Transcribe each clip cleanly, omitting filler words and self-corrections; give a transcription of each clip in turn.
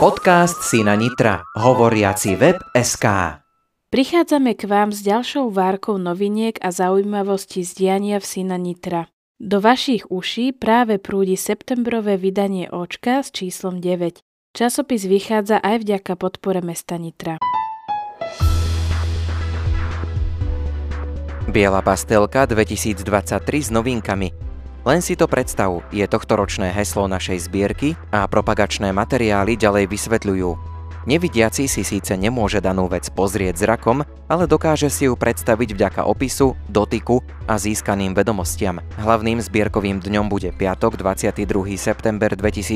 Podcast Syna Nitra. Hovoriaci web.sk. Prichádzame k vám s ďalšou várkou noviniek a zaujímavostí z diania v Syna Nitra. Do vašich uší práve prúdi septembrové vydanie Očka s číslom 9. Časopis vychádza aj vďaka podpore mesta Nitra. Biela pastelka 2023 s novinkami. Len si to predstav, je tohtoročné heslo našej zbierky a propagačné materiály ďalej vysvetľujú. Nevidiaci si síce nemôže danú vec pozrieť zrakom, ale dokáže si ju predstaviť vďaka opisu, dotyku a získaným vedomostiam. Hlavným zbierkovým dňom bude piatok 22. september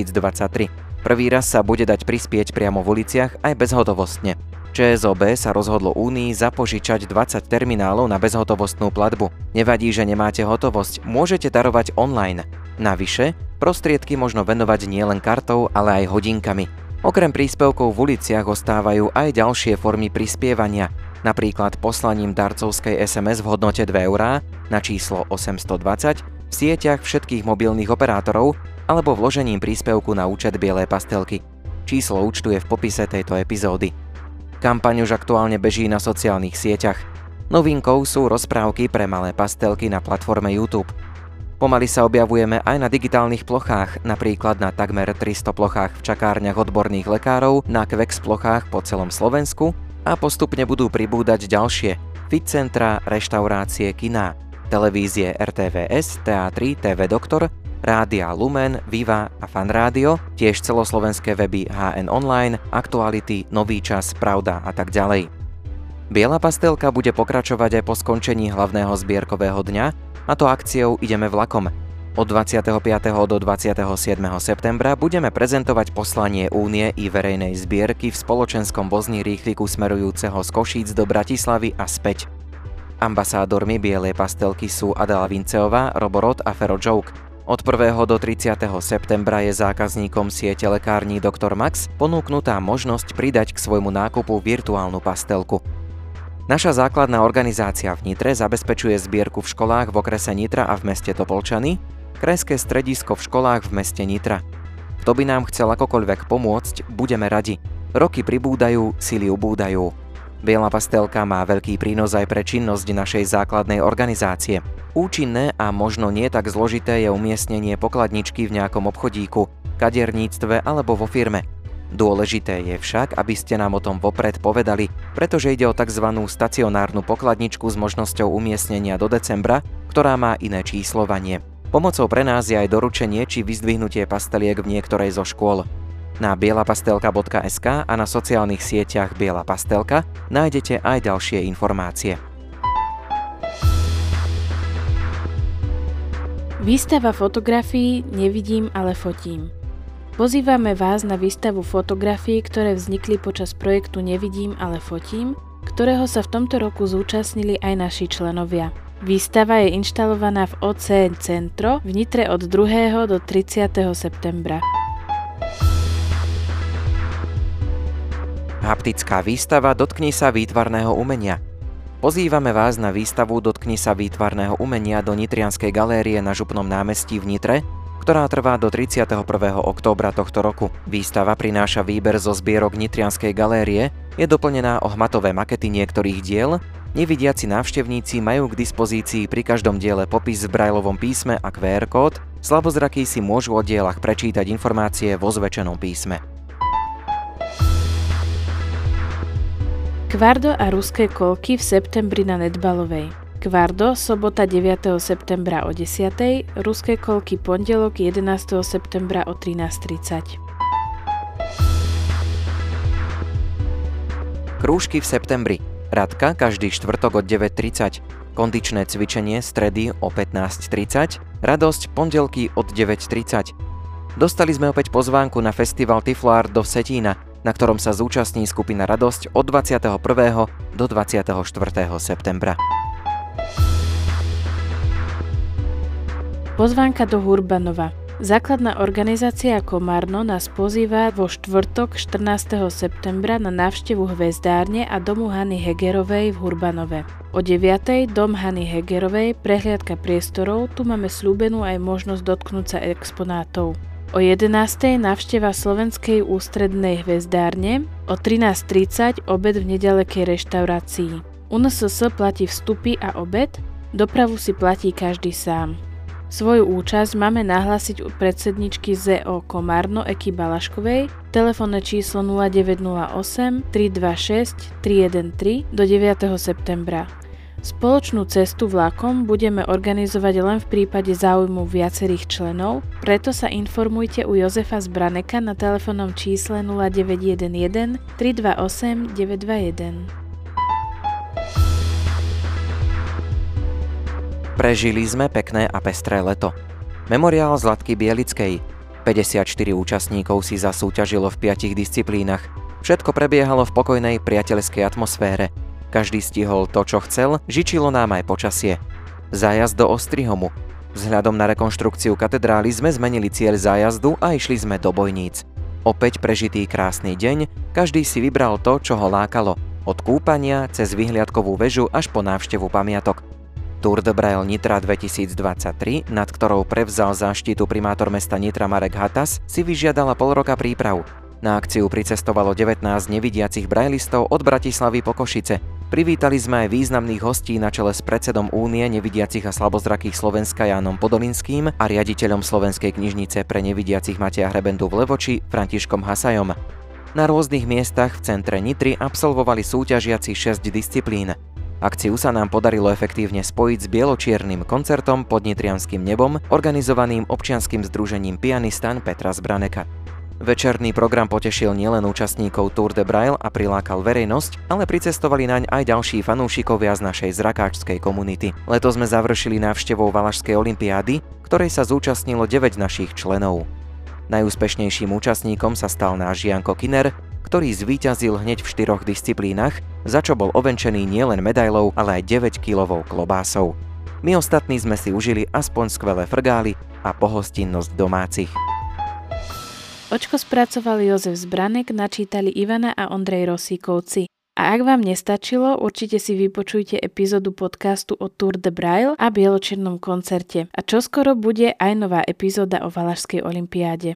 2023. Prvý raz sa bude dať prispieť priamo v uliciach aj bezhotovostne. ČSOB sa rozhodlo Únii zapožičať 20 terminálov na bezhotovostnú platbu. Nevadí, že nemáte hotovosť, môžete darovať online. Navyše, prostriedky možno venovať nielen kartou, ale aj hodinkami. Okrem príspevkov v uliciach ostávajú aj ďalšie formy prispievania, napríklad poslaním darcovskej SMS v hodnote 2 eurá na číslo 820 v sieťach všetkých mobilných operátorov alebo vložením príspevku na účet Bielej pastelky. Číslo účtu je v popise tejto epizódy. Kampaň už aktuálne beží na sociálnych sieťach. Novinkou sú rozprávky pre malé pastelky na platforme YouTube. Pomaly sa objavujeme aj na digitálnych plochách, napríklad na takmer 300 plochách v čakárniach odborných lekárov, na Kvex plochách po celom Slovensku a postupne budú pribúdať ďalšie fit centra, reštaurácie, kiná, televízie RTVS, teátry, TV Doktor, Rádia Lumen, Viva a Fan Rádio, tiež celoslovenské weby HN Online, Aktuality, Nový čas, Pravda a tak ďalej. Biela pastelka bude pokračovať aj po skončení hlavného zbierkového dňa, a to akciou Ideme vlakom. Od 25. do 27. septembra budeme prezentovať poslanie Únie i verejnej zbierky v spoločenskom vozni rýchliku smerujúceho z Košíc do Bratislavy a späť. Ambasádormi Bielej pastelky sú Adela Vinceová, Roborod a Fero Joke. Od 1. do 30. septembra je zákazníkom siete lekární Dr. Max ponúknutá možnosť pridať k svojmu nákupu virtuálnu pastelku. Naša základná organizácia v Nitre zabezpečuje zbierku v školách v okrese Nitra a v meste Topolčany, krajské stredisko v školách v meste Nitra. Kto by nám chcel akokoľvek pomôcť, budeme radi. Roky pribúdajú, sily ubúdajú. Biela pastelka má veľký prínos aj pre činnosť našej základnej organizácie. Účinné a možno nie tak zložité je umiestnenie pokladničky v nejakom obchodíku, kaderníctve alebo vo firme. Dôležité je však, aby ste nám o tom vopred povedali, pretože ide o tzv. Stacionárnu pokladničku s možnosťou umiestnenia do decembra, ktorá má iné číslovanie. Pomocou pre nás je aj doručenie či vyzdvihnutie pasteliek v niektorej zo škôl. Na bielapastelka.sk a na sociálnych sieťach Biela pastelka nájdete aj ďalšie informácie. Výstava fotografií Nevidím, ale fotím. Pozývame vás na výstavu fotografií, ktoré vznikli počas projektu Nevidím, ale fotím, ktorého sa v tomto roku zúčastnili aj naši členovia. Výstava je inštalovaná v OC Centro v Nitre od 2. do 30. septembra. Haptická výstava Dotkni sa výtvarného umenia. Pozývame vás na výstavu Dotkni sa výtvarného umenia do Nitrianskej galérie na Župnom námestí v Nitre, ktorá trvá do 31. októbra tohto roku. Výstava prináša výber zo zbierok Nitrianskej galérie, je doplnená o hmatové makety niektorých diel, nevidiaci návštevníci majú k dispozícii pri každom diele popis v brajlovom písme a QR kód, slabozrakí si môžu o dielach prečítať informácie vo zväčšenom písme. Kvardo a ruské kolky v septembri na Nedbalovej. Kvardo, sobota 9. septembra o 10. Ruské kolky pondelok 11. septembra o 13:30. Krúžky v septembri. Radka každý štvrtok od 9:30. Kondičné cvičenie stredy o 15:30. Radosť pondelky od 9:30. Dostali sme opäť pozvánku na festival Tifloart do Vsetína, na ktorom sa zúčastní skupina Radosť od 21. do 24. septembra. Pozvánka do Hurbanova. Základná organizácia Komárno nás pozýva vo štvrtok 14. septembra na návštevu hvezdárne a domu Hany Hegerovej v Hurbanove. O 9. dom Hany Hegerovej, prehliadka priestorov, tu máme sľúbenú aj možnosť dotknúť sa exponátov. O 11:00 návšteva Slovenskej ústrednej hvezdárne, o 13:30 obed v nedalekej reštaurácii. UNSS platí vstupy a obed, dopravu si platí každý sám. Svoju účasť máme nahlásiť u predsedničky ZO Komárno Eky Balaškovej, telefónne číslo 0908 326 313 do 9. septembra. Spoločnú cestu vlakom budeme organizovať len v prípade záujmu viacerých členov, preto sa informujte u Jozefa Zbraneka na telefónnom čísle 0911 328 921. Prežili sme pekné a pestré leto. Memoriál Zlatky Bielickej. 54 účastníkov si zasúťažilo v 5 disciplínach. Všetko prebiehalo v pokojnej priateľskej atmosfére. Každý stihol to, čo chcel, žičilo nám aj počasie. Zájazd do Ostrihomu. Vzhľadom na rekonštrukciu katedrály sme zmenili cieľ zájazdu a išli sme do Bojníc. Opäť prežitý krásny deň, každý si vybral to, čo ho lákalo. Od kúpania cez vyhliadkovú väžu až po návštevu pamiatok. Tour de Braille Nitra 2023, nad ktorou prevzal záštitu primátor mesta Nitra Marek Hatas, si vyžiadala pol roka príprav. Na akciu pricestovalo 19 nevidiacich brajlistov od Bratislavy po Košice. Privítali sme aj významných hostí na čele s predsedom Únie nevidiacich a slabozrakých Slovenska Jánom Podolinským a riaditeľom Slovenskej knižnice pre nevidiacich Mateja Hrebendu v Levoči Františkom Hasajom. Na rôznych miestach v centre Nitry absolvovali súťažiaci 6 disciplín. Akciu sa nám podarilo efektívne spojiť s bieločiernym koncertom pod nitrianským nebom, organizovaným občianskym združením Pianistan Petra Zbraneka. Večerný program potešil nielen účastníkov Tour de Braille a prilákal verejnosť, ale pricestovali naň aj ďalší fanúšikovia z našej zrakáčskej komunity. Letos sme završili návštevou Valašskej olympiády, ktorej sa zúčastnilo 9 našich členov. Najúspešnejším účastníkom sa stal náš Janko Kiner, ktorý zvíťazil hneď v 4 disciplínach, za čo bol ovenčený nielen medailou, ale aj 9-kilovou klobásou. My ostatní sme si užili aspoň skvelé frgály a pohostinnosť domácich. Očko spracovali Jozef Zbranek, načítali Ivana a Ondrej Rosíkovci. A ak vám nestačilo, určite si vypočujte epizódu podcastu o Tour de Braille a bieločiernom koncerte. A čoskoro bude aj nová epizóda o Valašskej olympiáde.